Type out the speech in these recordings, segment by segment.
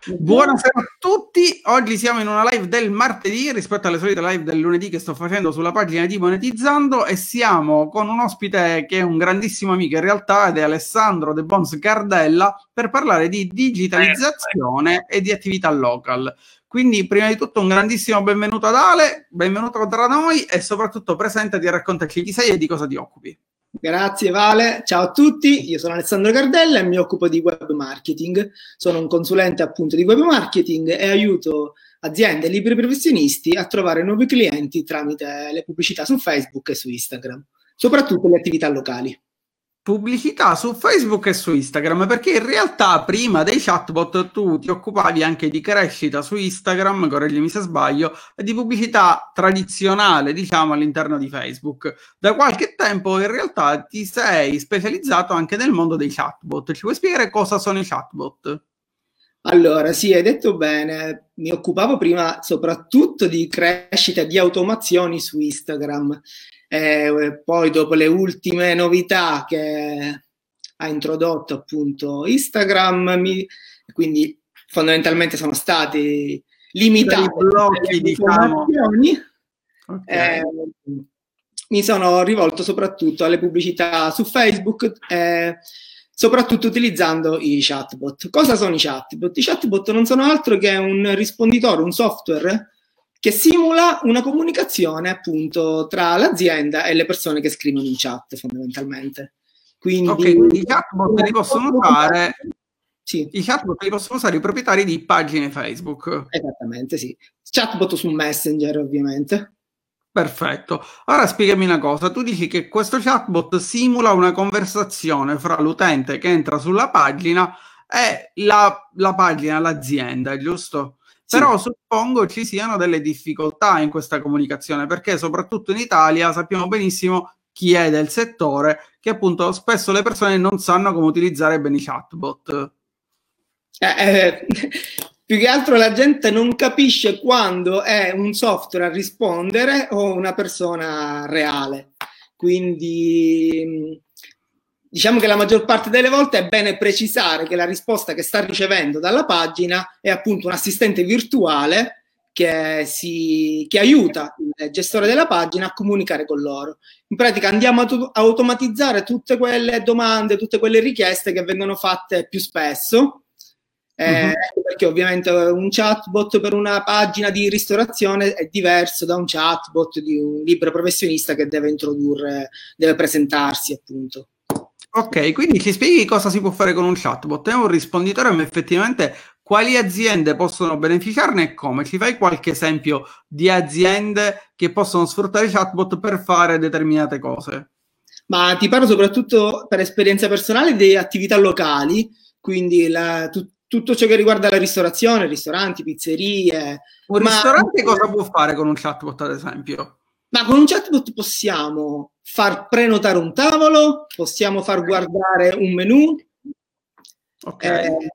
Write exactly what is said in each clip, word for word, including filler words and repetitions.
Buonasera a tutti, oggi siamo in una live del martedì rispetto alle solite live del lunedì che sto facendo sulla pagina di Monetizzando e siamo con un ospite che è un grandissimo amico in realtà ed è Alessandro De Bons Gardella per parlare di digitalizzazione e di attività local. Quindi prima di tutto un grandissimo benvenuto ad Ale, benvenuto tra noi e soprattutto presentati e raccontaci chi sei e di cosa ti occupi. Grazie Vale, ciao a tutti, io sono Alessandro Gardella e mi occupo di web marketing, sono un consulente appunto di web marketing e aiuto aziende e liberi professionisti a trovare nuovi clienti tramite le pubblicità su Facebook e su Instagram, soprattutto le attività locali. Pubblicità su Facebook e su Instagram, perché in realtà prima dei chatbot tu ti occupavi anche di crescita su Instagram, correggimi se sbaglio, e di pubblicità tradizionale, diciamo, all'interno di Facebook. Da qualche tempo in realtà ti sei specializzato anche nel mondo dei chatbot. Ci puoi spiegare cosa sono i chatbot? Allora, sì, hai detto bene, mi occupavo prima soprattutto di crescita e di automazioni su Instagram. Eh, poi dopo le ultime novità che ha introdotto appunto Instagram, mi, quindi fondamentalmente sono stati limitati dei blocchi, diciamo. Okay. Eh, mi sono rivolto soprattutto alle pubblicità su Facebook, eh, soprattutto utilizzando i chatbot. Cosa sono i chatbot? I chatbot non sono altro che un risponditore, un software che simula una comunicazione appunto tra l'azienda e le persone che scrivono in chat fondamentalmente. Quindi, ok, quindi i chatbot li possono usare, sì. I chatbot li possono usare i proprietari di pagine Facebook. Esattamente, sì. Chatbot su Messenger ovviamente. Perfetto. Ora spiegami una cosa, tu dici che questo chatbot simula una conversazione fra l'utente che entra sulla pagina e la, la pagina, l'azienda, giusto? Sì. Però suppongo ci siano delle difficoltà in questa comunicazione, perché soprattutto in Italia sappiamo benissimo chi è del settore, che appunto spesso le persone non sanno come utilizzare bene i chatbot. Eh, eh, più che altro la gente non capisce quando è un software a rispondere o una persona reale. Quindi diciamo che la maggior parte delle volte è bene precisare che la risposta che sta ricevendo dalla pagina è appunto un assistente virtuale che, si, che aiuta il gestore della pagina a comunicare con loro. In pratica andiamo a automatizzare tutte quelle domande, tutte quelle richieste che vengono fatte più spesso. Eh, uh-huh. Perché ovviamente un chatbot per una pagina di ristorazione è diverso da un chatbot di un libero professionista che deve introdurre, deve presentarsi appunto. Ok, quindi ci spieghi cosa si può fare con un chatbot? È un risponditore, ma effettivamente quali aziende possono beneficiarne e come? Ci fai qualche esempio di aziende che possono sfruttare i chatbot per fare determinate cose? Ma ti parlo soprattutto per esperienza personale di attività locali, quindi la, tu, tutto ciò che riguarda la ristorazione, ristoranti, pizzerie. Un ma, ristorante cosa può fare con un chatbot, ad esempio? Ma con un chatbot possiamo far prenotare un tavolo, possiamo far guardare un menù. Ok. Eh,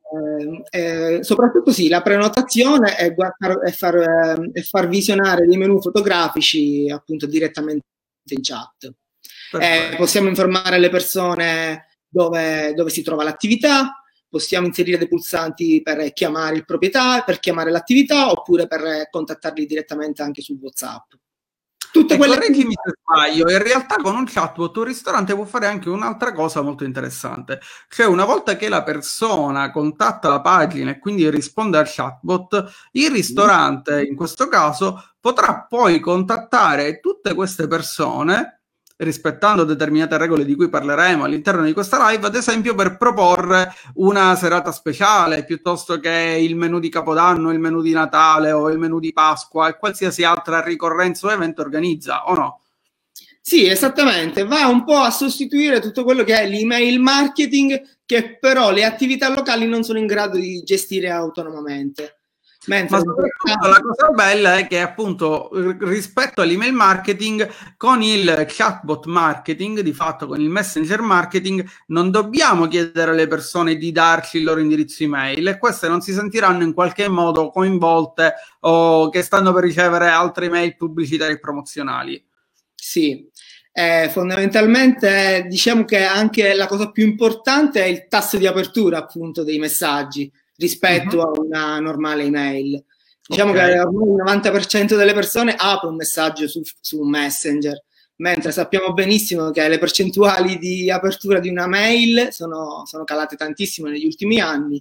eh, soprattutto sì, la prenotazione è, guardare, è, far, è far visionare dei menu fotografici appunto direttamente in chat. Eh, possiamo informare le persone dove, dove si trova l'attività, possiamo inserire dei pulsanti per chiamare il proprietario, per chiamare l'attività oppure per contattarli direttamente anche su WhatsApp. Tutte e quelle correggimi se sbaglio, in realtà con un chatbot un ristorante può fare anche un'altra cosa molto interessante, cioè una volta che la persona contatta la pagina e quindi risponde al chatbot, il ristorante in questo caso potrà poi contattare tutte queste persone rispettando determinate regole di cui parleremo all'interno di questa live, ad esempio per proporre una serata speciale piuttosto che il menù di Capodanno, il menù di Natale o il menù di Pasqua e qualsiasi altra ricorrenza o evento organizza, o no? Sì, esattamente, va un po' a sostituire tutto quello che è l'email marketing che però le attività locali non sono in grado di gestire autonomamente. Mentre ma soprattutto la cosa bella è che appunto rispetto all'email marketing con il chatbot marketing, di fatto con il messenger marketing, non dobbiamo chiedere alle persone di darci il loro indirizzo email e queste non si sentiranno in qualche modo coinvolte o che stanno per ricevere altre email pubblicitarie e promozionali. Sì, eh, fondamentalmente diciamo che anche la cosa più importante è il tasso di apertura appunto dei messaggi. rispetto uh-huh. a una normale email. Diciamo okay. che ormai il novanta per cento delle persone apre un messaggio su, su Messenger, mentre sappiamo benissimo che le percentuali di apertura di una mail sono, sono calate tantissimo negli ultimi anni,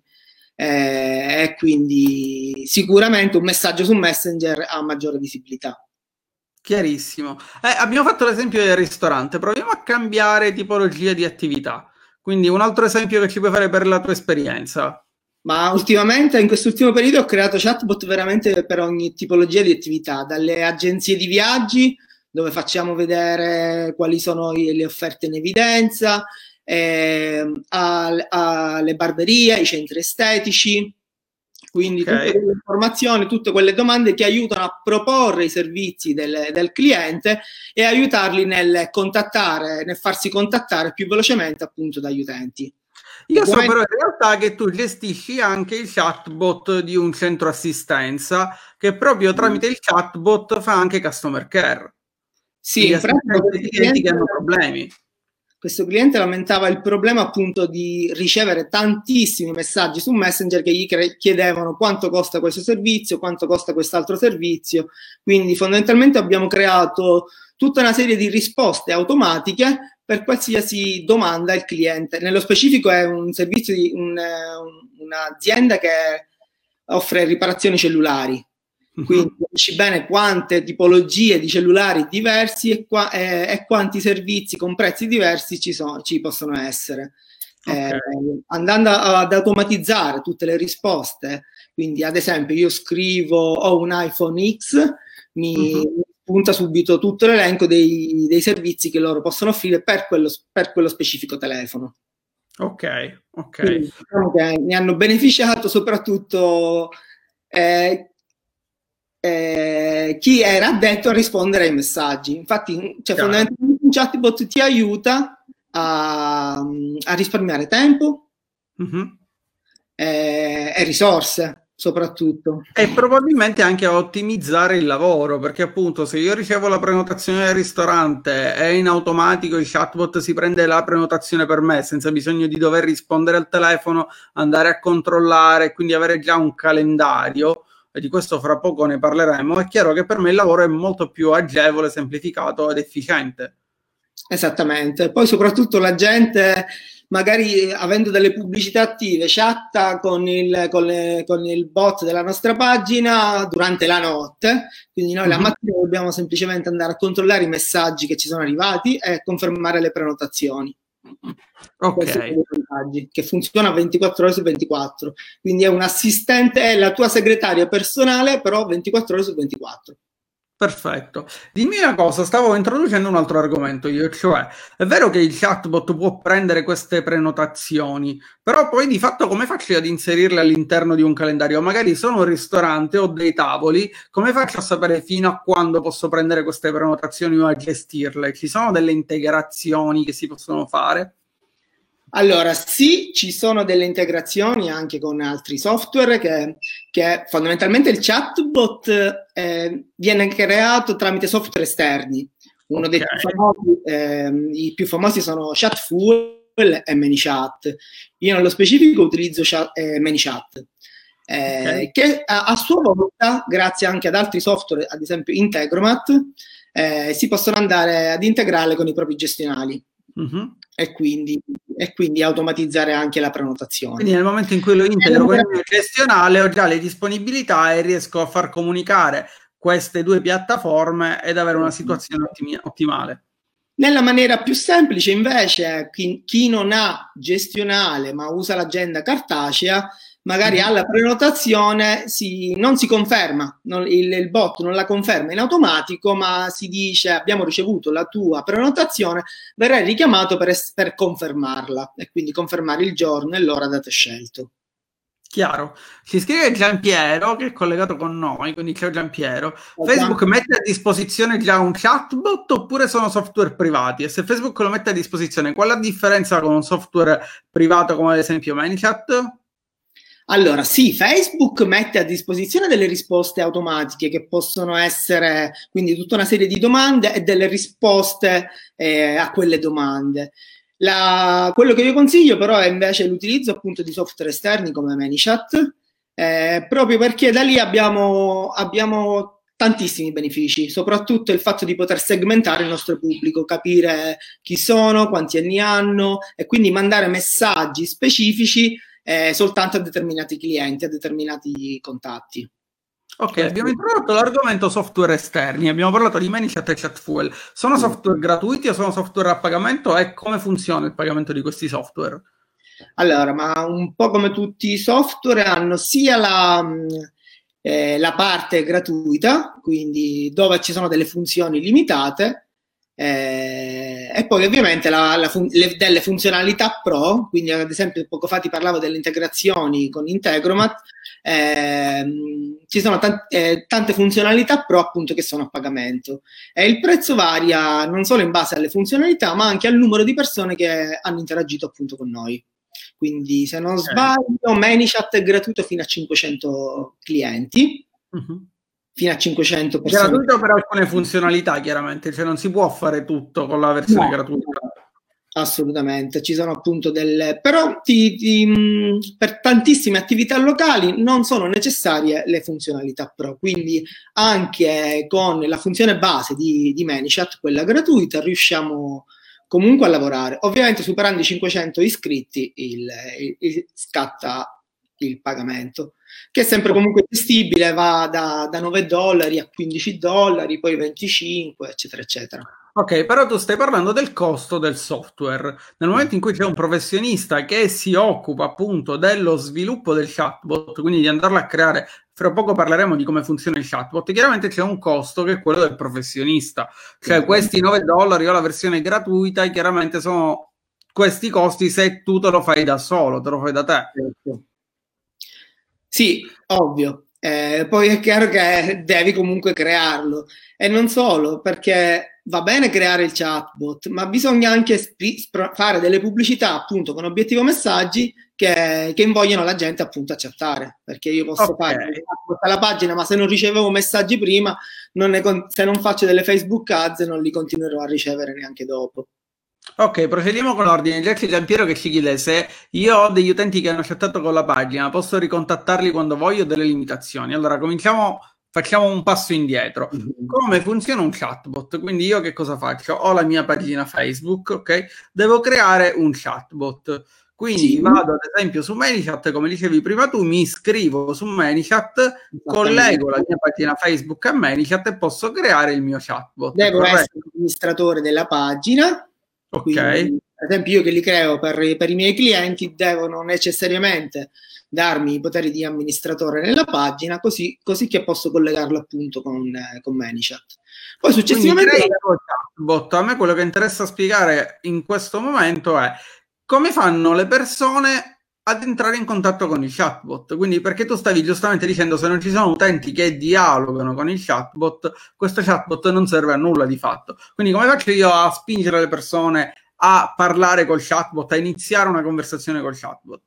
eh, e quindi sicuramente un messaggio su Messenger ha maggiore visibilità. Chiarissimo. Eh, abbiamo fatto l'esempio del ristorante, proviamo a cambiare tipologia di attività. Quindi un altro esempio che ci puoi fare per la tua esperienza. Ma ultimamente, in quest'ultimo periodo, ho creato chatbot veramente per ogni tipologia di attività, dalle agenzie di viaggi, dove facciamo vedere quali sono le offerte in evidenza, eh, alle barberie, ai centri estetici, quindi okay. tutte quelle informazioni, tutte quelle domande che aiutano a proporre i servizi del, del cliente e aiutarli nel contattare, nel farsi contattare più velocemente appunto dagli utenti. Io so però in realtà che tu gestisci anche il chatbot di un centro assistenza che proprio tramite il chatbot fa anche customer care. Sì, in pratica i clienti che hanno problemi. Questo cliente lamentava il problema appunto di ricevere tantissimi messaggi su Messenger che gli chiedevano quanto costa questo servizio, quanto costa quest'altro servizio. Quindi fondamentalmente abbiamo creato tutta una serie di risposte automatiche per qualsiasi domanda il cliente. Nello specifico è un servizio di un, un'azienda che offre riparazioni cellulari. Quindi capisci bene quante tipologie di cellulari diversi e, qua, eh, e quanti servizi con prezzi diversi ci, sono, ci possono essere. Okay. Eh, andando a, ad automatizzare tutte le risposte, quindi ad esempio io scrivo ho un iPhone X, mi uh-huh. punta subito tutto l'elenco dei, dei servizi che loro possono offrire per quello, per quello specifico telefono. Ok, ok. Quindi, diciamo che ne hanno beneficiato soprattutto eh, Eh, chi era addetto a rispondere ai messaggi. Infatti, cioè, fondamentalmente un chatbot ti aiuta a, a risparmiare tempo uh-huh. e, e risorse soprattutto. E probabilmente anche a ottimizzare il lavoro, perché appunto se io ricevo la prenotazione del ristorante e in automatico il chatbot si prende la prenotazione per me senza bisogno di dover rispondere al telefono, andare a controllare, quindi avere già un calendario, e di questo fra poco ne parleremo, è chiaro che per me il lavoro è molto più agevole, semplificato ed efficiente. Esattamente. Poi soprattutto la gente, magari avendo delle pubblicità attive, chatta con il, con, le, con il bot della nostra pagina durante la notte, quindi noi uh-huh. la mattina dobbiamo semplicemente andare a controllare i messaggi che ci sono arrivati e confermare le prenotazioni. Ok, che funziona ventiquattro ore su ventiquattro, quindi è un assistente, è la tua segretaria personale, però ventiquattro ore su ventiquattro. Perfetto. Dimmi una cosa, stavo introducendo un altro argomento io, cioè è vero che il chatbot può prendere queste prenotazioni, però poi di fatto come faccio ad inserirle all'interno di un calendario? Magari sono un ristorante, ho dei tavoli, come faccio a sapere fino a quando posso prendere queste prenotazioni o a gestirle? Ci sono delle integrazioni che si possono fare? Allora, sì, ci sono delle integrazioni anche con altri software che, che fondamentalmente il chatbot eh, viene creato tramite software esterni. Uno okay. dei più famosi, eh, i più famosi sono Chatfuel e ManyChat. Io nello specifico utilizzo chat, eh, ManyChat, eh, okay. che a, a sua volta, grazie anche ad altri software, ad esempio Integromat, eh, si possono andare ad integrare con i propri gestionali. Uh-huh. E, quindi, e quindi automatizzare anche la prenotazione. Quindi nel momento in cui lo integro con il mio gestionale ho già le disponibilità e riesco a far comunicare queste due piattaforme ed avere una situazione ottimi- ottimale. Nella maniera più semplice invece chi, chi non ha gestionale ma usa l'agenda cartacea magari alla prenotazione si, non si conferma, non, il, il bot non la conferma in automatico, ma si dice abbiamo ricevuto la tua prenotazione, verrai richiamato per, per confermarla e quindi confermare il giorno e l'ora da te scelto. Chiaro. Ci scrive Giampiero che è collegato con noi, quindi ciao Giampiero. Facebook mette a disposizione già un chatbot oppure sono software privati? E se Facebook lo mette a disposizione, qual è la differenza con un software privato come ad esempio ManyChat? Allora, sì, Facebook mette a disposizione delle risposte automatiche che possono essere quindi tutta una serie di domande e delle risposte eh, a quelle domande. La, quello che io consiglio però è invece l'utilizzo appunto di software esterni come ManyChat, eh, proprio perché da lì abbiamo, abbiamo tantissimi benefici, soprattutto il fatto di poter segmentare il nostro pubblico, capire chi sono, quanti anni hanno e quindi mandare messaggi specifici eh, soltanto a determinati clienti, a determinati contatti. Ok, abbiamo introdotto l'argomento software esterni, abbiamo parlato di ManyChat e Chatfuel. Sono software gratuiti o sono software a pagamento e come funziona il pagamento di questi software? Allora, ma un po' come tutti i software hanno sia la, eh, la parte gratuita, quindi dove ci sono delle funzioni limitate, eh, e poi ovviamente la, la fun- le, delle funzionalità pro, quindi ad esempio poco fa ti parlavo delle integrazioni con Integromat, ehm, ci sono tant- eh, tante funzionalità pro appunto che sono a pagamento e il prezzo varia non solo in base alle funzionalità ma anche al numero di persone che hanno interagito appunto con noi. Quindi se non sbaglio ManyChat è gratuito fino a cinquecento clienti. Uh-huh. Fino a cinquecento persone. Gratuito per alcune funzionalità, chiaramente, cioè non si può fare tutto con la versione no, gratuita. Assolutamente, ci sono appunto delle... però ti, ti, per tantissime attività locali non sono necessarie le funzionalità pro, quindi anche con la funzione base di, di ManyChat, quella gratuita, riusciamo comunque a lavorare. Ovviamente superando i cinquecento iscritti il, il, il, scatta il pagamento, che è sempre comunque gestibile, va da, da nove dollari a quindici dollari, poi venticinque, eccetera, eccetera. Ok, però tu stai parlando del costo del software. Nel momento in cui c'è un professionista che si occupa appunto dello sviluppo del chatbot, quindi di andarlo a creare, fra poco parleremo di come funziona il chatbot, chiaramente c'è un costo che è quello del professionista. Cioè questi nove dollari o la versione gratuita, chiaramente sono questi costi se tu te lo fai da solo, te lo fai da te. Certo. Sì, ovvio. Eh, poi è chiaro che devi comunque crearlo. E non solo, perché va bene creare il chatbot, ma bisogna anche sp- fare delle pubblicità appunto con obiettivo messaggi che, che invogliano la gente appunto a chattare. Perché io posso okay. fare la pagina, ma se non ricevevo messaggi prima, non ne con- se non faccio delle Facebook ads, non li continuerò a ricevere neanche dopo. Ok, procediamo con l'ordine. Già c'è Giampiero che ci chiede se io ho degli utenti che hanno chattato con la pagina, posso ricontattarli quando voglio, delle limitazioni. Allora, cominciamo, facciamo un passo indietro. Come funziona un chatbot? Quindi io che cosa faccio? Ho la mia pagina Facebook, ok? Devo creare un chatbot. Quindi sì. Vado ad esempio su ManyChat, come dicevi prima tu, mi iscrivo su ManyChat, collego la mia pagina Facebook a ManyChat e posso creare il mio chatbot. Devo corretto? essere l'amministratore della pagina. Ok. Quindi, ad esempio io che li creo per, per i miei clienti devono necessariamente darmi i poteri di amministratore nella pagina così, così che posso collegarlo appunto con, eh, con ManyChat. Poi successivamente chatbot, a me quello che interessa spiegare in questo momento è come fanno le persone ad entrare in contatto con il chatbot. Quindi perché tu stavi giustamente dicendo se non ci sono utenti che dialogano con il chatbot, questo chatbot non serve a nulla di fatto. Quindi come faccio io a spingere le persone a parlare col chatbot, a iniziare una conversazione col chatbot?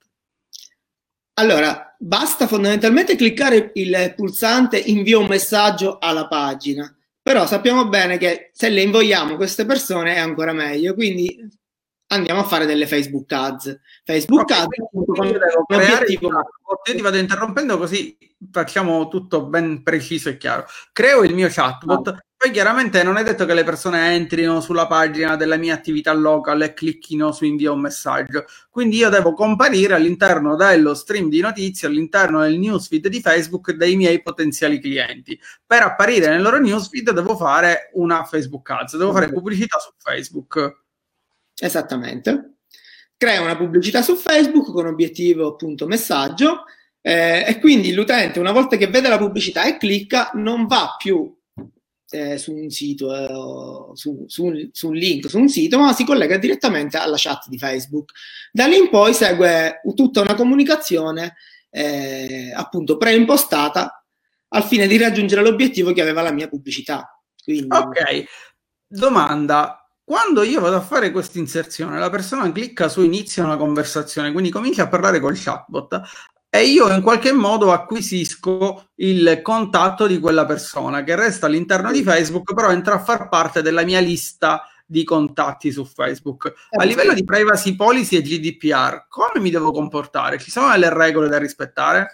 Allora, basta fondamentalmente cliccare il pulsante invia un messaggio alla pagina, però sappiamo bene che se le invogliamo queste persone è ancora meglio, quindi andiamo a fare delle Facebook ads. Facebook okay, ads con l'obiettivo. Io ti vado interrompendo così facciamo tutto ben preciso e chiaro. Creo il mio chatbot, ah. Poi chiaramente non è detto che le persone entrino sulla pagina della mia attività local e clicchino su invia un messaggio. Quindi io devo comparire all'interno dello stream di notizie, all'interno del newsfeed di Facebook dei miei potenziali clienti. Per apparire nel loro newsfeed devo fare una Facebook ads, devo fare pubblicità su Facebook. Esattamente. Crea una pubblicità su Facebook con obiettivo appunto messaggio eh, e quindi l'utente una volta che vede la pubblicità e clicca non va più eh, su un sito, eh, su, su, un, su un link, su un sito, ma si collega direttamente alla chat di Facebook. Da lì in poi segue tutta una comunicazione eh, appunto preimpostata al fine di raggiungere l'obiettivo che aveva la mia pubblicità. Quindi... Ok, domanda. Quando io vado a fare questa inserzione, la persona clicca su inizia una conversazione, quindi comincia a parlare col chatbot e io in qualche modo acquisisco il contatto di quella persona che resta all'interno di Facebook, però entra a far parte della mia lista di contatti su Facebook. A livello di privacy policy e G D P R, come mi devo comportare? Ci sono delle regole da rispettare?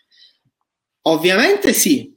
Ovviamente sì.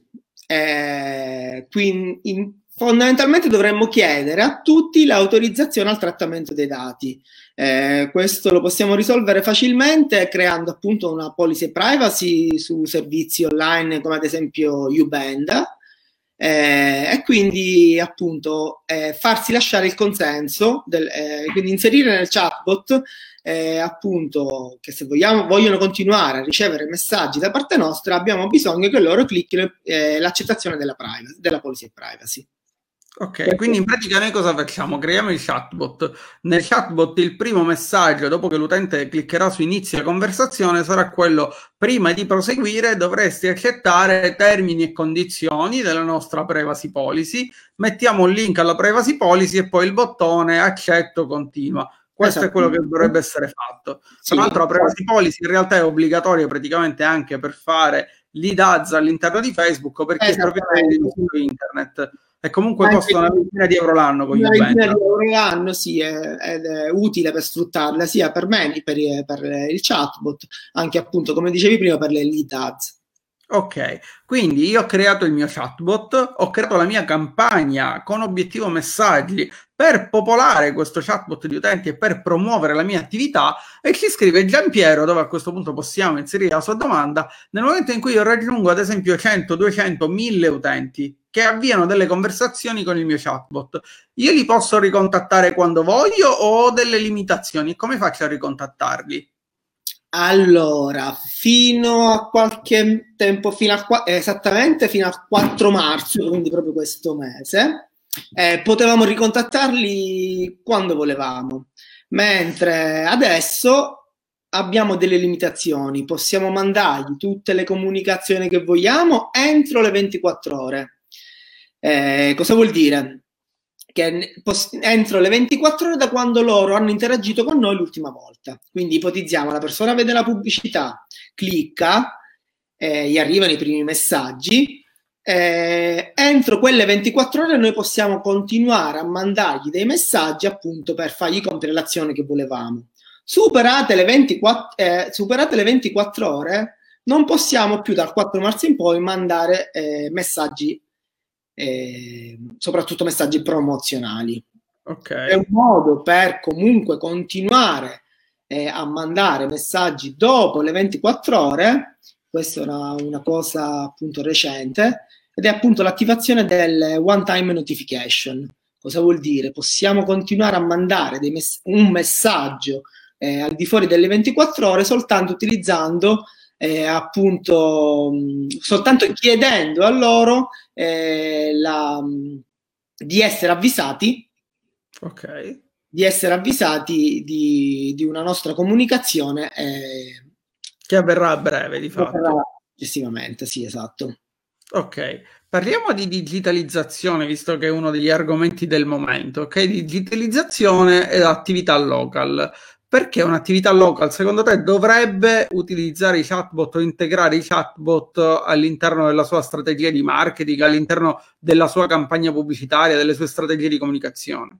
Eh, quindi in, fondamentalmente dovremmo chiedere a tutti l'autorizzazione al trattamento dei dati. Eh, questo lo possiamo risolvere facilmente creando appunto una policy privacy su servizi online come ad esempio Ubenda, eh, e quindi appunto eh, farsi lasciare il consenso, del, eh, quindi inserire nel chatbot eh, appunto che se vogliamo, vogliono continuare a ricevere messaggi da parte nostra, abbiamo bisogno che loro clicchino eh, l'accettazione della, privacy, della policy privacy. Ok, quindi in pratica noi cosa facciamo? Creiamo il chatbot. Nel chatbot il primo messaggio, dopo che l'utente cliccherà su inizia conversazione, sarà quello: prima di proseguire dovresti accettare termini e condizioni della nostra privacy policy. Mettiamo un link alla privacy policy e poi il bottone accetto, continua. Questo esatto. È quello che dovrebbe essere fatto. Tra l'altro la privacy policy in realtà è obbligatoria praticamente anche per fare l'I D A Z all'interno di Facebook, perché è proprietario di sito internet. E comunque anche costa una ventina di euro l'anno con una ventina di euro l'anno, sì, è, ed è utile per sfruttarla sia per me, per, per il chatbot, anche appunto, come dicevi prima, per le lead ads. Ok, quindi io ho creato il mio chatbot, ho creato la mia campagna con obiettivo messaggi per popolare questo chatbot di utenti e per promuovere la mia attività, e ci scrive Giampiero, dove a questo punto possiamo inserire la sua domanda, nel momento in cui io raggiungo ad esempio cento, duecento, mille utenti che avviano delle conversazioni con il mio chatbot, io li posso ricontattare quando voglio o ho delle limitazioni? Come faccio a ricontattarli? Allora, fino a qualche tempo, fino a, esattamente fino al quattro marzo, quindi proprio questo mese, eh, potevamo ricontattarli quando volevamo, mentre adesso abbiamo delle limitazioni, possiamo mandargli tutte le comunicazioni che vogliamo entro le ventiquattro ore. Eh, cosa vuol dire? Che entro le ventiquattro ore da quando loro hanno interagito con noi l'ultima volta. Quindi ipotizziamo, la persona vede la pubblicità, clicca, eh, gli arrivano i primi messaggi, eh, entro quelle ventiquattro ore noi possiamo continuare a mandargli dei messaggi appunto per fargli compiere l'azione che volevamo. Superate le ventiquattro, eh, superate le ventiquattro ore non possiamo più dal quattro marzo in poi mandare eh, messaggi, Eh, soprattutto messaggi promozionali. Okay. È un modo per comunque continuare eh, a mandare messaggi dopo le ventiquattro ore. Questa è una, una cosa appunto recente, ed è appunto l'attivazione del one time notification. Cosa vuol dire? Possiamo continuare a mandare dei mess- un messaggio eh, al di fuori delle ventiquattro ore soltanto utilizzando Eh, appunto mh, soltanto chiedendo a loro eh, la, mh, di essere avvisati, ok, di essere avvisati di, di una nostra comunicazione eh, che avverrà a breve di fatto. Successivamente, sì, esatto. Ok, parliamo di digitalizzazione, visto che è uno degli argomenti del momento, ok? Digitalizzazione e attività local. Perché un'attività local, secondo te, dovrebbe utilizzare i chatbot o integrare i chatbot all'interno della sua strategia di marketing, all'interno della sua campagna pubblicitaria, delle sue strategie di comunicazione?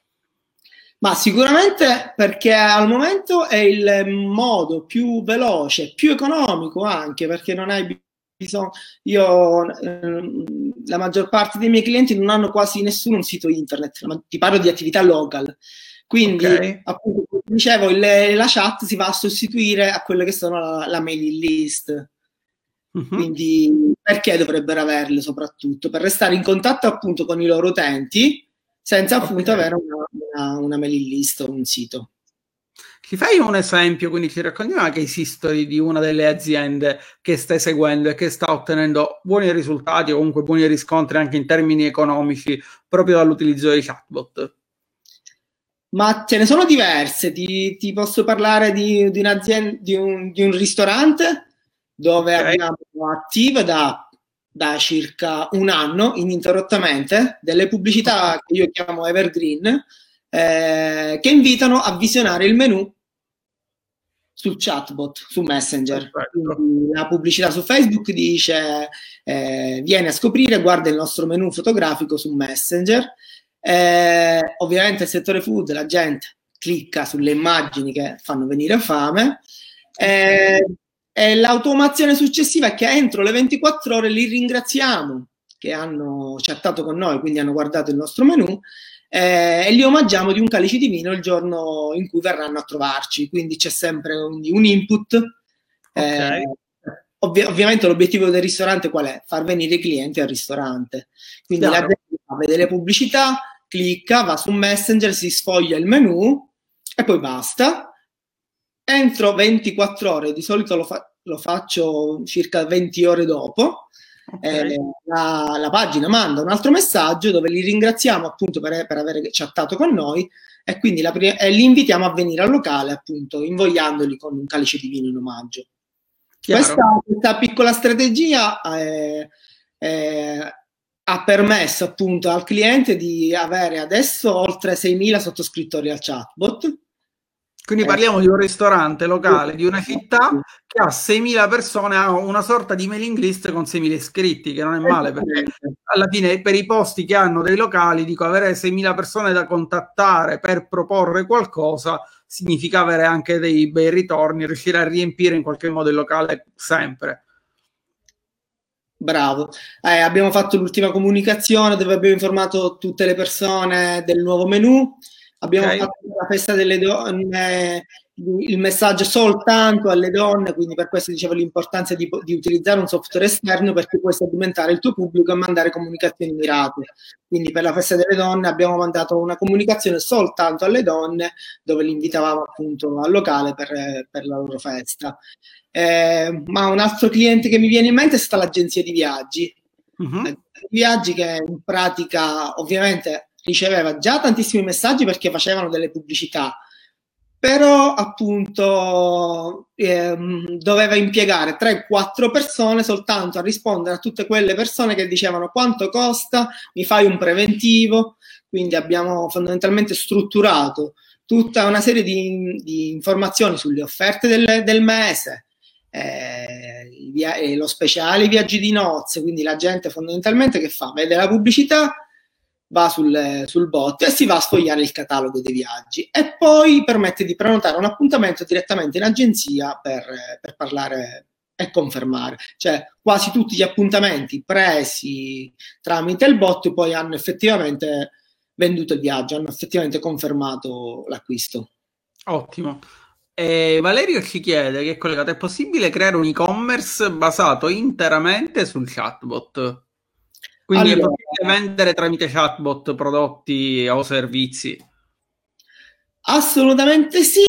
Ma sicuramente perché al momento è il modo più veloce, più economico anche, perché non hai bisogno... Io, ehm, la maggior parte dei miei clienti non hanno quasi nessuno un sito internet, ma ti parlo di attività local. Quindi, okay, appunto, come dicevo, il, la chat si va a sostituire a quelle che sono la, la mailing list. Uh-huh. Quindi, perché dovrebbero averle soprattutto? Per restare in contatto appunto con i loro utenti, senza appunto okay avere una, una, una mailing list o un sito. Ci fai un esempio, quindi ci racconti una case history di una delle aziende che stai seguendo e che sta ottenendo buoni risultati o comunque buoni riscontri anche in termini economici proprio dall'utilizzo dei chatbot? Ma ce ne sono diverse, ti, ti posso parlare di, di un'azienda, di un, di un ristorante dove okay abbiamo attive da, da circa un anno ininterrottamente delle pubblicità okay che io chiamo evergreen, eh, che invitano a visionare il menu sul chatbot, su Messenger. Quindi la pubblicità su Facebook dice eh, vieni a scoprire, guarda il nostro menu fotografico su Messenger. Eh, ovviamente il settore food, la gente clicca sulle immagini che fanno venire fame. Eh, e l'automazione successiva è che entro le ventiquattro ore li ringraziamo che hanno chattato con noi, quindi hanno guardato il nostro menù, eh, e li omaggiamo di un calice di vino il giorno in cui verranno a trovarci. Quindi c'è sempre un, un input. Okay. Eh, ovvi- ovviamente l'obiettivo del ristorante qual è? Far venire i clienti al ristorante. Quindi Chiaro. la gente vede le pubblicità, clicca, va su Messenger, si sfoglia il menù e poi basta. Entro ventiquattro ore, di solito lo, fa- lo faccio circa venti ore dopo, Okay. eh, la, la pagina manda un altro messaggio dove li ringraziamo appunto per, per aver chattato con noi, e quindi la, eh, li invitiamo a venire al locale, appunto invogliandoli con un calice di vino in omaggio. Questa, questa piccola strategia eh, eh, ha permesso appunto al cliente di avere adesso oltre seimila sottoscrittori al chatbot. Quindi parliamo di un ristorante locale di una città che ha seimila persone, ha una sorta di mailing list con seimila iscritti, che non è male, perché alla fine per i posti che hanno dei locali, dico, avere seimila persone da contattare per proporre qualcosa significa avere anche dei bei ritorni, riuscire a riempire in qualche modo il locale sempre. Bravo. Eh, abbiamo fatto l'ultima comunicazione dove abbiamo informato tutte le persone del nuovo menù. Abbiamo okay. fatto la festa delle donne, il messaggio soltanto alle donne, quindi per questo dicevo l'importanza di, di utilizzare un software esterno, perché puoi segmentare il tuo pubblico e mandare comunicazioni mirate. Quindi per la festa delle donne abbiamo mandato una comunicazione soltanto alle donne, dove li invitavamo appunto al locale per, per la loro festa. Eh, ma un altro cliente che mi viene in mente è stata l'agenzia di viaggi. Uh-huh. L'agenzia di viaggi che in pratica ovviamente riceveva già tantissimi messaggi perché facevano delle pubblicità, però appunto ehm, doveva impiegare tre quattro persone soltanto a rispondere a tutte quelle persone che dicevano quanto costa, mi fai un preventivo. Quindi abbiamo fondamentalmente strutturato tutta una serie di, di informazioni sulle offerte del, del mese, eh, via, eh, lo speciale viaggi di nozze. Quindi la gente fondamentalmente che fa? Vede la pubblicità, va sul, sul bot e si va a sfogliare il catalogo dei viaggi, e poi permette di prenotare un appuntamento direttamente in agenzia per, per parlare e confermare. Cioè quasi tutti gli appuntamenti presi tramite il bot poi hanno effettivamente venduto il viaggio, hanno effettivamente confermato l'acquisto. Ottimo. E Valerio ci chiede, che è collegato, è possibile creare un e-commerce basato interamente sul chatbot? Quindi allora, è possibile vendere tramite chatbot prodotti o servizi? Assolutamente sì.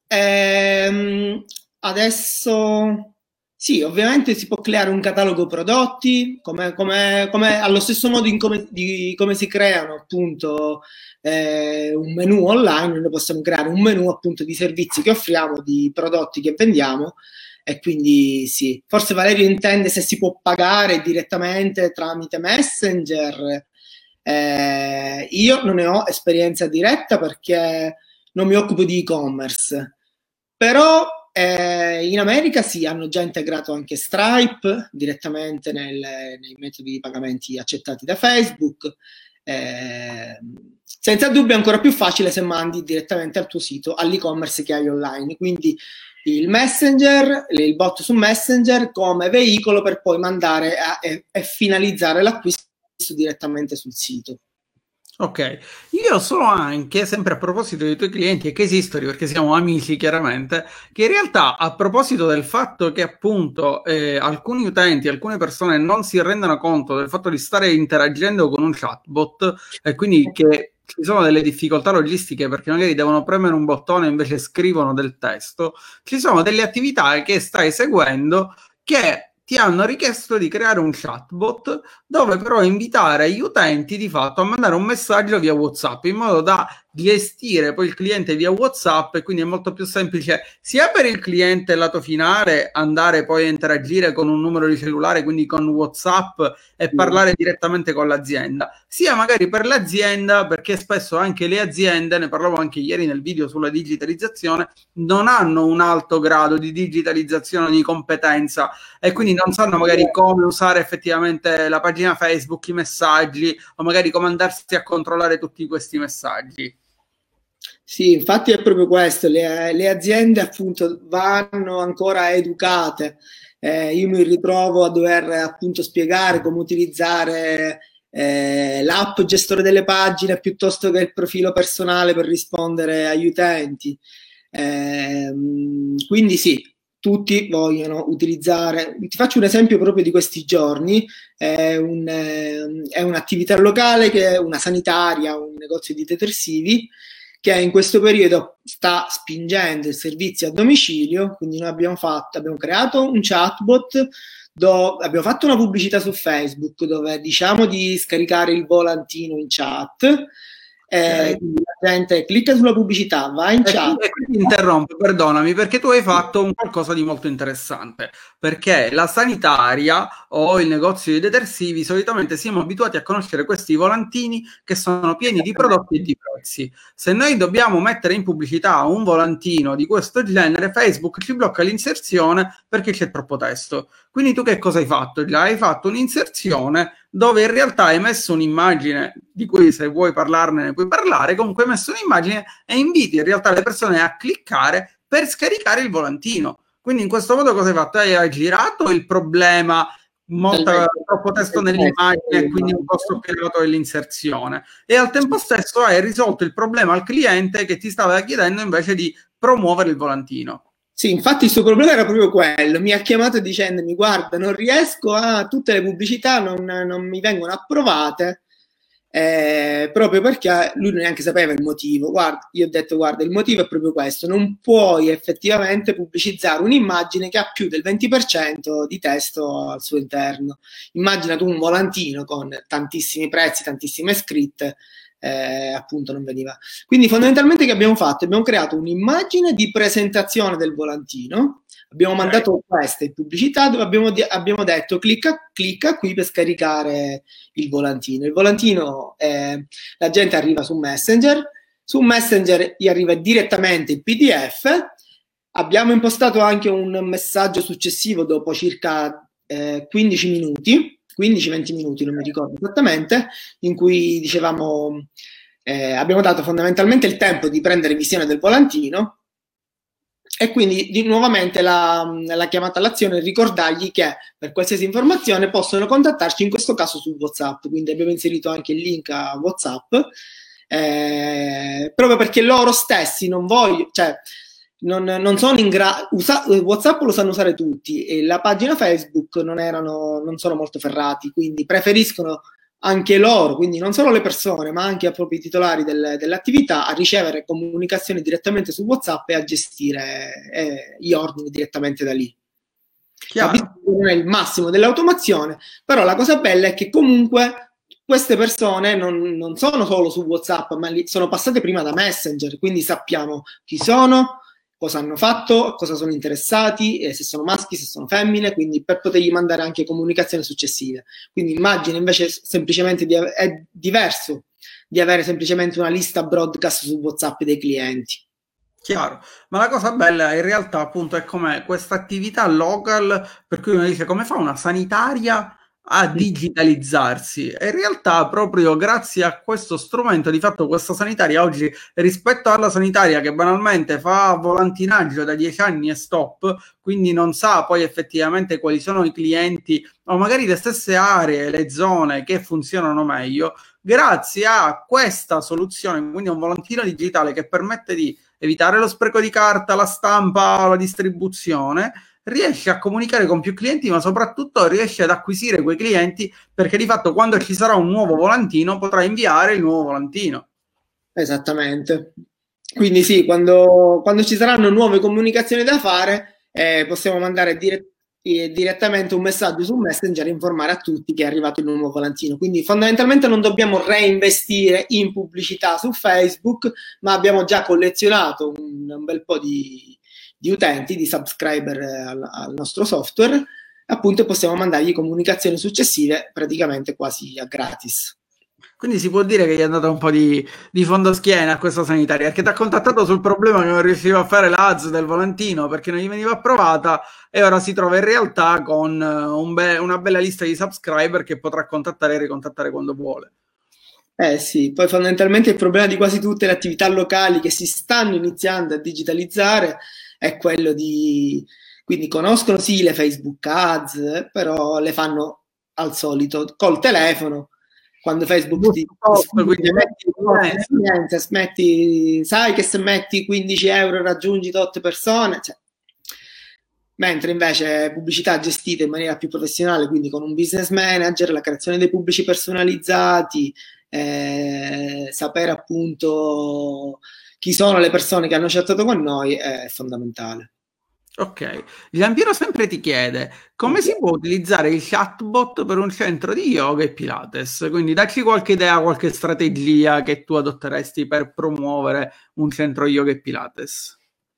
Ehm, adesso sì, ovviamente si può creare un catalogo prodotti, come, come, come allo stesso modo in come, di come si creano appunto eh, un menu online, noi possiamo creare un menu appunto di servizi che offriamo, di prodotti che vendiamo. E quindi sì, forse Valerio intende se si può pagare direttamente tramite Messenger. Eh, io non ne ho esperienza diretta perché non mi occupo di e-commerce, però eh, in America sì, hanno già integrato anche Stripe direttamente nel, nei metodi di pagamenti accettati da Facebook. Eh, senza dubbio è ancora più facile se mandi direttamente al tuo sito, all'e-commerce che hai online. Quindi il Messenger, il bot su Messenger come veicolo per poi mandare a, e, e finalizzare l'acquisto direttamente sul sito. Ok, io so anche, sempre a proposito dei tuoi clienti e Case History, perché siamo amici chiaramente, che in realtà a proposito del fatto che appunto eh, alcuni utenti, alcune persone non si rendano conto del fatto di stare interagendo con un chatbot, e quindi che ci sono delle difficoltà logistiche perché magari devono premere un bottone e invece scrivono del testo, ci sono delle attività che stai seguendo che ti hanno richiesto di creare un chatbot dove però invitare gli utenti di fatto a mandare un messaggio via WhatsApp in modo da gestire poi il cliente via WhatsApp, e quindi è molto più semplice sia per il cliente lato finale andare poi a interagire con un numero di cellulare, quindi con WhatsApp, e parlare direttamente con l'azienda, sia magari per l'azienda, perché spesso anche le aziende, ne parlavo anche ieri nel video sulla digitalizzazione, non hanno un alto grado di digitalizzazione, di competenza, e quindi non sanno magari come usare effettivamente la pagina Facebook, i messaggi, o magari come andarsi a controllare tutti questi messaggi. Sì, infatti è proprio questo, le, le aziende appunto vanno ancora educate. Eh, io mi ritrovo a dover appunto spiegare come utilizzare eh, l'app gestore delle pagine piuttosto che il profilo personale per rispondere agli utenti. Eh, quindi sì, tutti vogliono utilizzare. Ti faccio un esempio proprio di questi giorni. È, un, è un'attività locale, che è una sanitaria, un negozio di detersivi, che in questo periodo sta spingendo il servizio a domicilio. Quindi noi abbiamo fatto, abbiamo creato un chatbot, dove abbiamo fatto una pubblicità su Facebook dove diciamo di scaricare il volantino in chat. Eh, quindi la gente clicca sulla pubblicità, va in e chat. E quindi interrompo, perdonami, perché tu hai fatto un qualcosa di molto interessante, perché la sanitaria o il negozio di detersivi solitamente siamo abituati a conoscere questi volantini che sono pieni di prodotti e di prezzi. Se noi dobbiamo mettere in pubblicità un volantino di questo genere, Facebook ci blocca l'inserzione perché c'è troppo testo. Quindi tu che cosa hai fatto? Già hai fatto un'inserzione dove in realtà hai messo un'immagine, di cui se vuoi parlarne ne puoi parlare, comunque hai messo un'immagine e inviti in realtà le persone a cliccare per scaricare il volantino. Quindi in questo modo cosa hai fatto? Hai girato il problema, molta, troppo testo nell'immagine e quindi un costo più elevato dell'inserzione, e al tempo stesso hai risolto il problema al cliente che ti stava chiedendo invece di promuovere il volantino. Sì, infatti il suo problema era proprio quello. Mi ha chiamato dicendomi: guarda, non riesco a, tutte le pubblicità non, non mi vengono approvate, eh, proprio perché lui neanche sapeva il motivo. Guarda, io ho detto: guarda, il motivo è proprio questo, non puoi effettivamente pubblicizzare un'immagine che ha più del venti per cento di testo al suo interno. Immagina tu un volantino con tantissimi prezzi, tantissime scritte. Eh, appunto non veniva. Quindi fondamentalmente che abbiamo fatto? Abbiamo creato un'immagine di presentazione del volantino, abbiamo okay. mandato questa in pubblicità, dove abbiamo, abbiamo detto clicca, clicca qui per scaricare il volantino. Il volantino, eh, la gente arriva su Messenger, su Messenger gli arriva direttamente il P D F. Abbiamo impostato anche un messaggio successivo dopo circa eh, quindici minuti, quindici venti minuti, non mi ricordo esattamente, in cui dicevamo, eh, abbiamo dato fondamentalmente il tempo di prendere visione del volantino, e quindi di nuovamente la, la chiamata all'azione è ricordargli che per qualsiasi informazione possono contattarci, in questo caso su WhatsApp. Quindi abbiamo inserito anche il link a WhatsApp, eh, proprio perché loro stessi non vogliono, cioè Non, non sono in grado, WhatsApp lo sanno usare tutti, e la pagina Facebook non erano, non sono molto ferrati, quindi preferiscono anche loro, quindi non solo le persone, ma anche a propri titolari del, dell'attività, a ricevere comunicazioni direttamente su WhatsApp e a gestire eh, gli ordini direttamente da lì. Non è il massimo dell'automazione, però la cosa bella è che comunque queste persone non, non sono solo su WhatsApp, ma li, sono passate prima da Messenger, quindi sappiamo chi sono, cosa hanno fatto, cosa sono interessati, eh, se sono maschi, se sono femmine, quindi per potergli mandare anche comunicazioni successive. Quindi immagina invece semplicemente di, è diverso di avere semplicemente una lista broadcast su WhatsApp dei clienti. Chiaro, ma la cosa bella in realtà appunto è come questa attività local, per cui uno dice come fa una sanitaria a digitalizzarsi, e in realtà proprio grazie a questo strumento, di fatto questa sanitaria oggi, rispetto alla sanitaria che banalmente fa volantinaggio da dieci anni e stop, quindi non sa poi effettivamente quali sono i clienti o magari le stesse aree, le zone che funzionano meglio, grazie a questa soluzione, quindi un volantino digitale che permette di evitare lo spreco di carta, la stampa, la distribuzione, riesce a comunicare con più clienti, ma soprattutto riesce ad acquisire quei clienti, perché di fatto quando ci sarà un nuovo volantino potrà inviare il nuovo volantino. Esattamente. Quindi sì, quando, quando ci saranno nuove comunicazioni da fare, eh, possiamo mandare dire- eh, direttamente un messaggio su Messenger e informare a tutti che è arrivato il nuovo volantino. Quindi fondamentalmente non dobbiamo reinvestire in pubblicità su Facebook, ma abbiamo già collezionato un, un bel po' di, di utenti, di subscriber al, al nostro software, appunto possiamo mandargli comunicazioni successive praticamente quasi a gratis. Quindi si può dire che gli è andata un po' di, di fondoschiena a questa sanitaria, perché ti ha contattato sul problema che non riusciva a fare l'A Z del volantino perché non gli veniva approvata, e ora si trova in realtà con un be- una bella lista di subscriber che potrà contattare e ricontattare quando vuole. Eh sì, poi fondamentalmente il problema di quasi tutte le attività locali che si stanno iniziando a digitalizzare è quello di... quindi conoscono sì le Facebook Ads, però le fanno al solito col telefono. Quando Facebook ti quindi metti, smetti, sai che se metti quindici euro raggiungi tot persone, cioè, mentre invece pubblicità gestite in maniera più professionale, quindi con un business manager, la creazione dei pubblici personalizzati, eh, sapere appunto chi sono le persone che hanno chattato con noi è fondamentale. Ok, Giampiero sempre ti chiede come si può utilizzare il chatbot per un centro di yoga e Pilates, quindi dacci qualche idea, qualche strategia che tu adotteresti per promuovere un centro yoga e Pilates.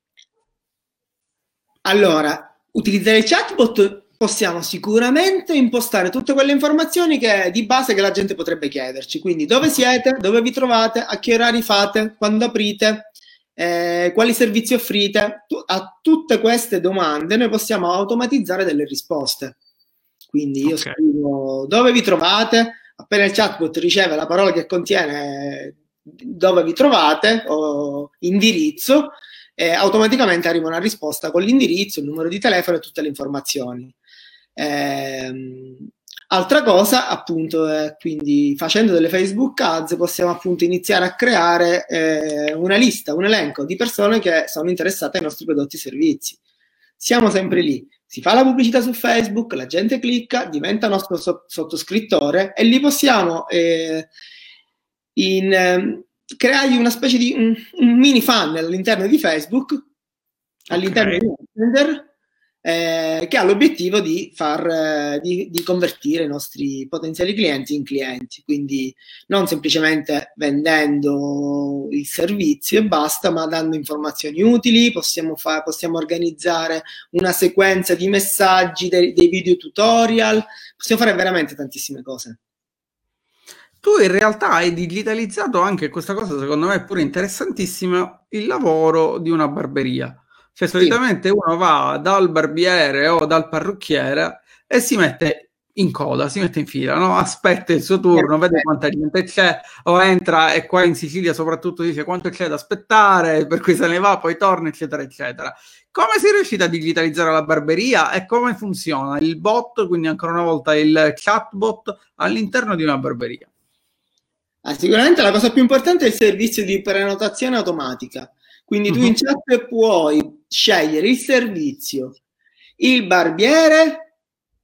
Allora, utilizzare il chatbot possiamo sicuramente impostare tutte quelle informazioni che di base che la gente potrebbe chiederci, quindi dove siete, dove vi trovate, a che orari fate, quando aprite, Eh, quali servizi offrite. A tutte queste domande noi possiamo automatizzare delle risposte. Quindi io okay. scrivo dove vi trovate, appena il chatbot riceve la parola che contiene dove vi trovate o indirizzo, eh, automaticamente arriva una risposta con l'indirizzo, il numero di telefono e tutte le informazioni. Eh, Altra cosa, appunto, è quindi facendo delle Facebook Ads possiamo appunto iniziare a creare eh, una lista, un elenco di persone che sono interessate ai nostri prodotti e servizi. Siamo sempre lì, si fa la pubblicità su Facebook, la gente clicca, diventa nostro so- sottoscrittore e lì possiamo eh, in, eh, creargli una specie di un, un mini funnel all'interno di Facebook, all'interno okay. di Messenger, Eh, che ha l'obiettivo di far eh, di, di convertire i nostri potenziali clienti in clienti, quindi non semplicemente vendendo il servizio e basta, ma dando informazioni utili. Possiamo, fa- possiamo organizzare una sequenza di messaggi, dei, dei video tutorial, possiamo fare veramente tantissime cose. Tu in realtà hai digitalizzato anche questa cosa, secondo me è pure interessantissima, il lavoro di una barberia. Cioè solitamente sì. Uno va dal barbiere o dal parrucchiere e si mette in coda, si mette in fila, no? Aspetta il suo turno, vede quanta gente c'è, o entra e qua in Sicilia soprattutto dice quanto c'è da aspettare, per cui se ne va, poi torna, eccetera, eccetera. Come sei riuscita a digitalizzare la barberia e come funziona il bot, quindi ancora una volta il chatbot all'interno di una barberia? Ah, sicuramente la cosa più importante è il servizio di prenotazione automatica. Quindi tu in chat puoi scegliere il servizio, il barbiere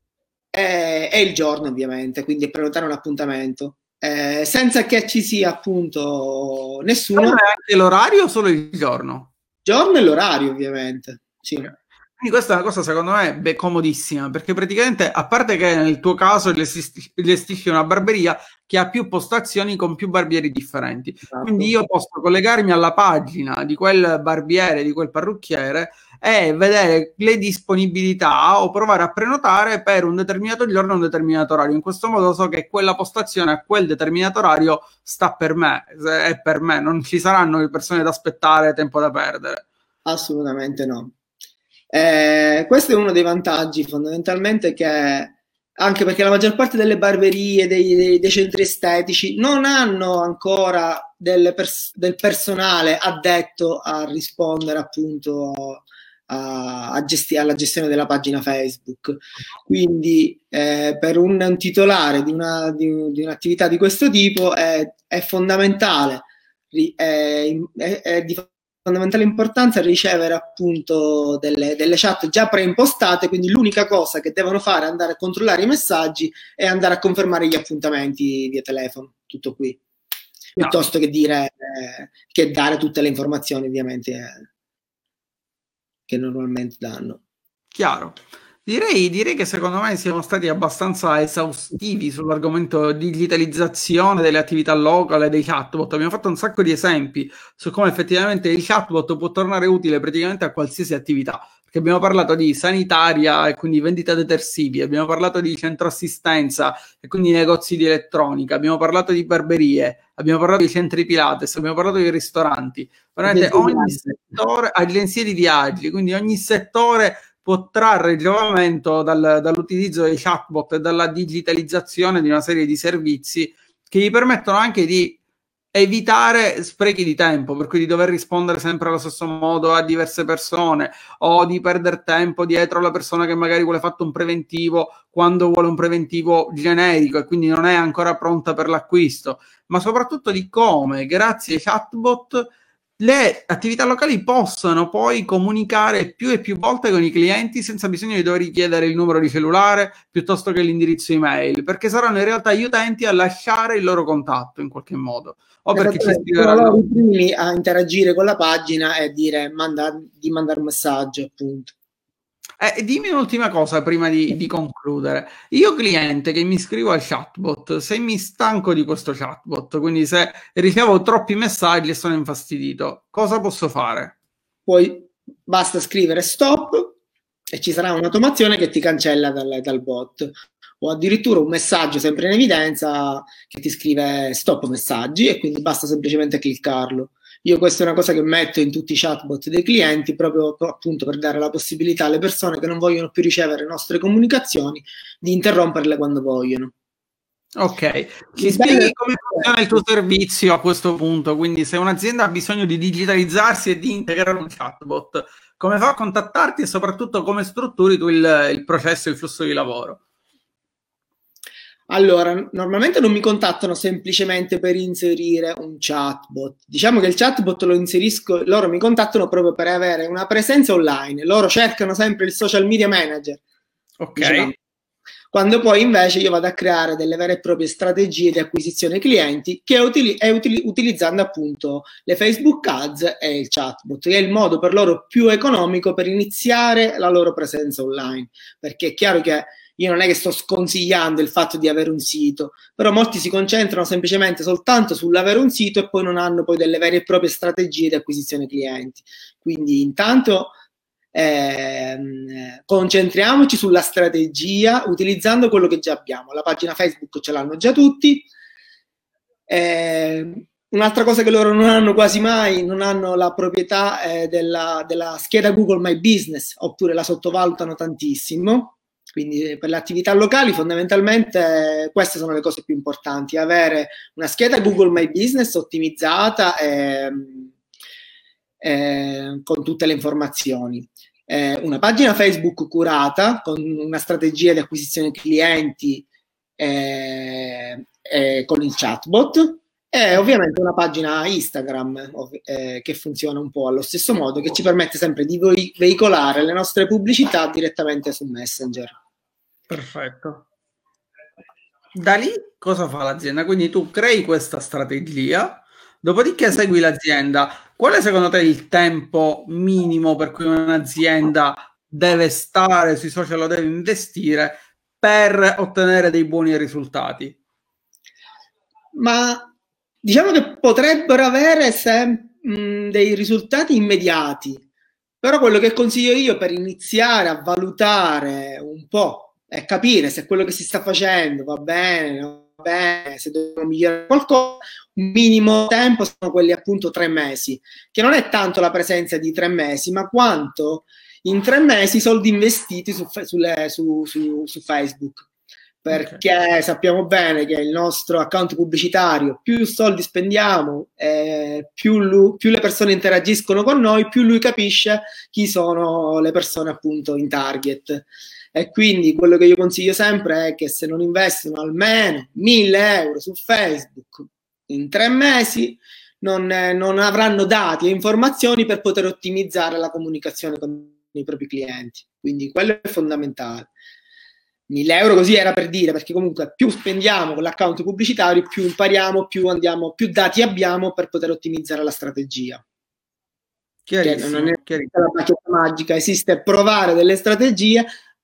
e, e il giorno ovviamente, quindi prenotare un appuntamento, eh, senza che ci sia appunto nessuno. Ma è anche l'orario o solo il giorno? Giorno e l'orario ovviamente, sì. Okay. Quindi questa è una cosa secondo me beh, comodissima, perché praticamente a parte che nel tuo caso gestisci, gestisci una barberia che ha più postazioni con più barbieri differenti, esatto. Quindi io posso collegarmi alla pagina di quel barbiere, di quel parrucchiere e vedere le disponibilità o provare a prenotare per un determinato giorno, un determinato orario. In questo modo so che quella postazione a quel determinato orario sta per me, è per me, non ci saranno persone da aspettare, tempo da perdere. Assolutamente no. Eh, questo è uno dei vantaggi fondamentalmente, che anche perché la maggior parte delle barberie, dei, dei, dei centri estetici non hanno ancora delle pers- del personale addetto a rispondere appunto a, a gesti- alla gestione della pagina Facebook. Quindi eh, per un titolare di, una, di, di un'attività di questo tipo è, è fondamentale è, è, è di fondamentale importanza ricevere appunto delle, delle chat già preimpostate, quindi l'unica cosa che devono fare è andare a controllare i messaggi e andare a confermare gli appuntamenti via telefono, tutto qui, piuttosto che dire eh, che dare tutte le informazioni ovviamente eh, che normalmente danno. Chiaro. Direi, direi che secondo me siamo stati abbastanza esaustivi sull'argomento digitalizzazione delle attività locali dei chatbot. Abbiamo fatto un sacco di esempi su come effettivamente il chatbot può tornare utile praticamente a qualsiasi attività. Perché abbiamo parlato di sanitaria e quindi vendita detersivi, abbiamo parlato di centro assistenza e quindi negozi di elettronica, abbiamo parlato di barberie, abbiamo parlato di centri Pilates, abbiamo parlato di ristoranti. Veramente ogni settore, agenzie di viaggi, quindi ogni settore può trarre giovamento dal, dall'utilizzo dei chatbot e dalla digitalizzazione di una serie di servizi che gli permettono anche di evitare sprechi di tempo, per cui di dover rispondere sempre allo stesso modo a diverse persone o di perdere tempo dietro alla persona che magari vuole fatto un preventivo quando vuole un preventivo generico e quindi non è ancora pronta per l'acquisto, ma soprattutto di come grazie ai chatbot le attività locali possono poi comunicare più e più volte con i clienti senza bisogno di dover richiedere il numero di cellulare piuttosto che l'indirizzo email, perché saranno in realtà gli utenti a lasciare il loro contatto in qualche modo. O perché ci scriveranno loro i primi a interagire con la pagina e dire manda, di mandare un messaggio, appunto. Eh, dimmi un'ultima cosa prima di, di concludere. Io cliente che mi iscrivo al chatbot, se mi stanco di questo chatbot, quindi se ricevo troppi messaggi e sono infastidito, cosa posso fare? Poi basta scrivere stop e ci sarà un'automazione che ti cancella dal, dal bot, o addirittura un messaggio sempre in evidenza che ti scrive stop messaggi e quindi basta semplicemente cliccarlo. Io questa è una cosa che metto in tutti i chatbot dei clienti proprio appunto per dare la possibilità alle persone che non vogliono più ricevere nostre comunicazioni di interromperle quando vogliono. Ok, ci spieghi come funziona il tuo servizio a questo punto? Quindi se un'azienda ha bisogno di digitalizzarsi e di integrare un chatbot, come fa a contattarti e soprattutto come strutturi tu il, il processo, il flusso di lavoro? Allora, normalmente non mi contattano semplicemente per inserire un chatbot. Diciamo che il chatbot lo inserisco, loro mi contattano proprio per avere una presenza online. Loro cercano sempre il social media manager. Ok. Diciamo. Quando poi invece io vado a creare delle vere e proprie strategie di acquisizione clienti che utili- è utili- utilizzando appunto le Facebook Ads e il chatbot, che è il modo per loro più economico per iniziare la loro presenza online. Perché è chiaro che io non è che sto sconsigliando il fatto di avere un sito, però molti si concentrano semplicemente soltanto sull'avere un sito e poi non hanno poi delle vere e proprie strategie di acquisizione clienti. Quindi intanto eh, concentriamoci sulla strategia utilizzando quello che già abbiamo. La pagina Facebook ce l'hanno già tutti. Eh, un'altra cosa che loro non hanno quasi mai, non hanno la proprietà eh, della, della scheda Google My Business, oppure la sottovalutano tantissimo. Quindi per le attività locali fondamentalmente queste sono le cose più importanti: avere una scheda Google My Business ottimizzata e, e, con tutte le informazioni, eh, una pagina Facebook curata con una strategia di acquisizione clienti e, e con il chatbot, e ovviamente una pagina Instagram eh, che funziona un po' allo stesso modo, che ci permette sempre di veicolare le nostre pubblicità direttamente su Messenger. Perfetto. Da lì cosa fa l'azienda? Quindi tu crei questa strategia, dopodiché segui l'azienda. Qual è secondo te il tempo minimo per cui un'azienda deve stare sui social o deve investire per ottenere dei buoni risultati? Ma diciamo che potrebbero avere sem- mh, dei risultati immediati, però quello che consiglio io per iniziare a valutare un po' e capire se quello che si sta facendo va bene, non va bene, se dobbiamo migliorare qualcosa, un minimo tempo sono quelli appunto tre mesi, che non è tanto la presenza di tre mesi, ma quanto in tre mesi i soldi investiti su, sulle, su, su, su Facebook. Perché okay. sappiamo bene che il nostro account pubblicitario, più soldi spendiamo, eh, più, lui, più le persone interagiscono con noi, più lui capisce chi sono le persone appunto in target. E quindi quello che io consiglio sempre è che se non investono almeno mille euro su Facebook in tre mesi, non, eh, non avranno dati e informazioni per poter ottimizzare la comunicazione con i propri clienti. Quindi quello è fondamentale. mille euro così era per dire, perché comunque più spendiamo con l'account pubblicitario, più impariamo, più andiamo, più dati abbiamo per poter ottimizzare la strategia. Che non è la bacchetta magica, esiste provare delle strategie,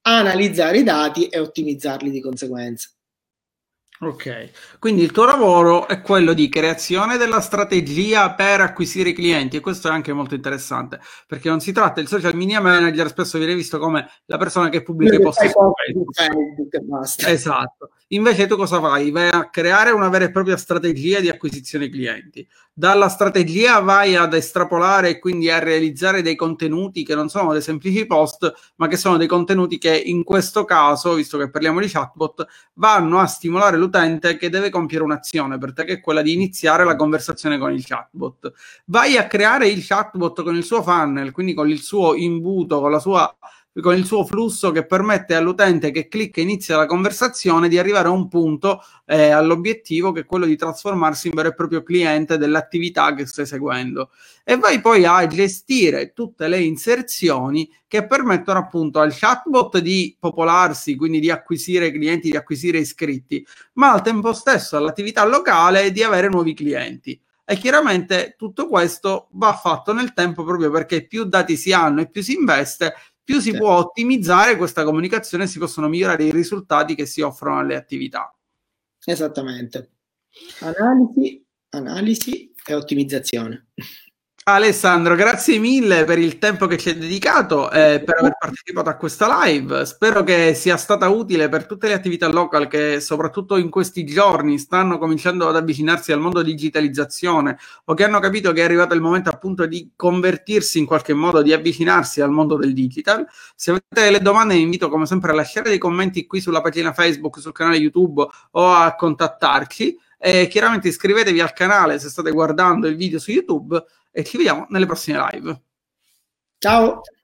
analizzare i dati e ottimizzarli di conseguenza. Ok, quindi il tuo lavoro è quello di creazione della strategia per acquisire i clienti, e questo è anche molto interessante, perché non si tratta, il social media manager spesso viene visto come la persona che pubblica i post su Facebook. Facebook e basta. Esatto. Invece tu cosa fai? Vai a creare una vera e propria strategia di acquisizione clienti. Dalla strategia vai ad estrapolare e quindi a realizzare dei contenuti che non sono dei semplici post, ma che sono dei contenuti che in questo caso, visto che parliamo di chatbot, vanno a stimolare l'utente che deve compiere un'azione per te, che è quella di iniziare la conversazione con il chatbot. Vai a creare il chatbot con il suo funnel, quindi con il suo imbuto, con la sua con il suo flusso che permette all'utente che clicca e inizia la conversazione di arrivare a un punto, eh, all'obiettivo, che è quello di trasformarsi in vero e proprio cliente dell'attività che stai seguendo. E vai poi a gestire tutte le inserzioni che permettono appunto al chatbot di popolarsi, quindi di acquisire clienti, di acquisire iscritti, ma al tempo stesso all'attività locale di avere nuovi clienti. E chiaramente tutto questo va fatto nel tempo, proprio perché più dati si hanno e più si investe, più si sì. può ottimizzare questa comunicazione e si possono migliorare i risultati che si offrono alle attività. Esattamente. Analisi, analisi e ottimizzazione. Alessandro, grazie mille per il tempo che ci hai dedicato e per aver partecipato a questa live. Spero che sia stata utile per tutte le attività local che soprattutto in questi giorni stanno cominciando ad avvicinarsi al mondo digitalizzazione, o che hanno capito che è arrivato il momento appunto di convertirsi in qualche modo, di avvicinarsi al mondo del digital. Se avete delle domande vi invito come sempre a lasciare dei commenti qui sulla pagina Facebook, sul canale YouTube o a contattarci. E chiaramente iscrivetevi al canale se state guardando il video su YouTube. E ci vediamo nelle prossime live. Ciao!